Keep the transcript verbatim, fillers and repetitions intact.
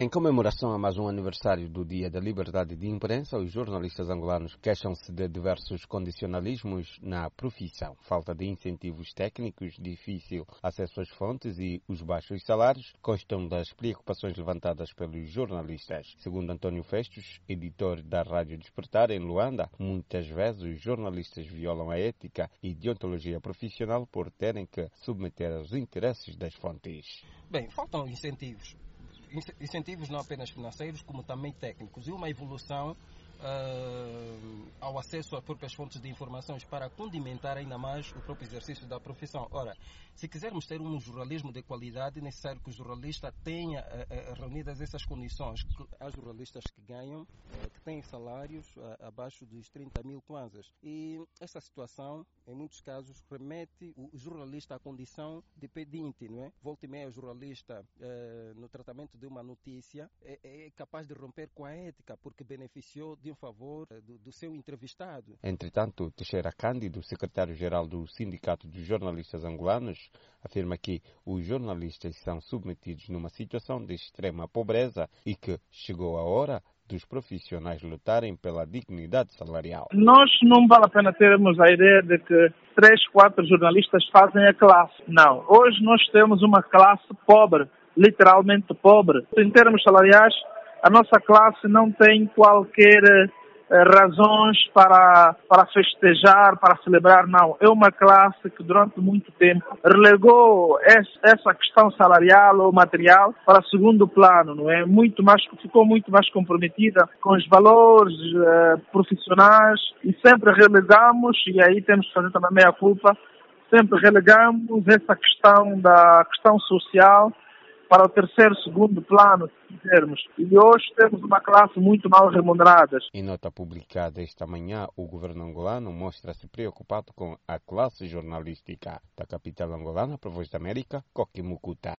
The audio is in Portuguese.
Em comemoração a mais um aniversário do Dia da Liberdade de Imprensa, os jornalistas angolanos queixam-se de diversos condicionalismos na profissão. Falta de incentivos técnicos, difícil acesso às fontes e os baixos salários constam das preocupações levantadas pelos jornalistas. Segundo António Festos, editor da Rádio Despertar em Luanda, muitas vezes os jornalistas violam a ética e deontologia profissional por terem que submeter aos interesses das fontes. Bem, faltam incentivos. Incentivos não apenas financeiros, como também técnicos, e uma evolução uh, ao acesso às próprias fontes de informações para condimentar ainda mais o próprio exercício da profissão. Ora, se quisermos ter um jornalismo de qualidade, é necessário que o jornalista tenha uh, uh, reunidas essas condições. Que há jornalistas que ganham, uh, que têm salários uh, abaixo dos trinta mil kwanzas. E essa situação, em muitos casos, remete o jornalista à condição de pedinte, não é? Volta e meia, o jornalista, uh, no tratamento de uma notícia, é, é capaz de romper com a ética, porque beneficiou de um favor uh, do, do seu entrevistado. Entretanto, Teixeira Cândido, secretário-geral do Sindicato dos Jornalistas Angolanos, afirma que os jornalistas são submetidos numa situação de extrema pobreza e que chegou a hora dos profissionais lutarem pela dignidade salarial. Nós não vale a pena termos a ideia de que três, quatro jornalistas fazem a classe. Não. Hoje nós temos uma classe pobre, literalmente pobre. Em termos salariais, a nossa classe não tem qualquer razões para, para festejar, para celebrar, não. É uma classe que durante muito tempo relegou essa questão salarial ou material para segundo plano, não é? Muito mais, ficou muito mais comprometida com os valores uh, profissionais e sempre relegamos, e aí temos que fazer também a meia culpa, sempre relegamos essa questão da questão social para o terceiro, segundo plano, se quisermos. E hoje temos uma classe muito mal remunerada. Em nota publicada esta manhã, o governo angolano mostra-se preocupado com a classe jornalística. Da capital angolana, para a Voz da América, Coqui Mucuta.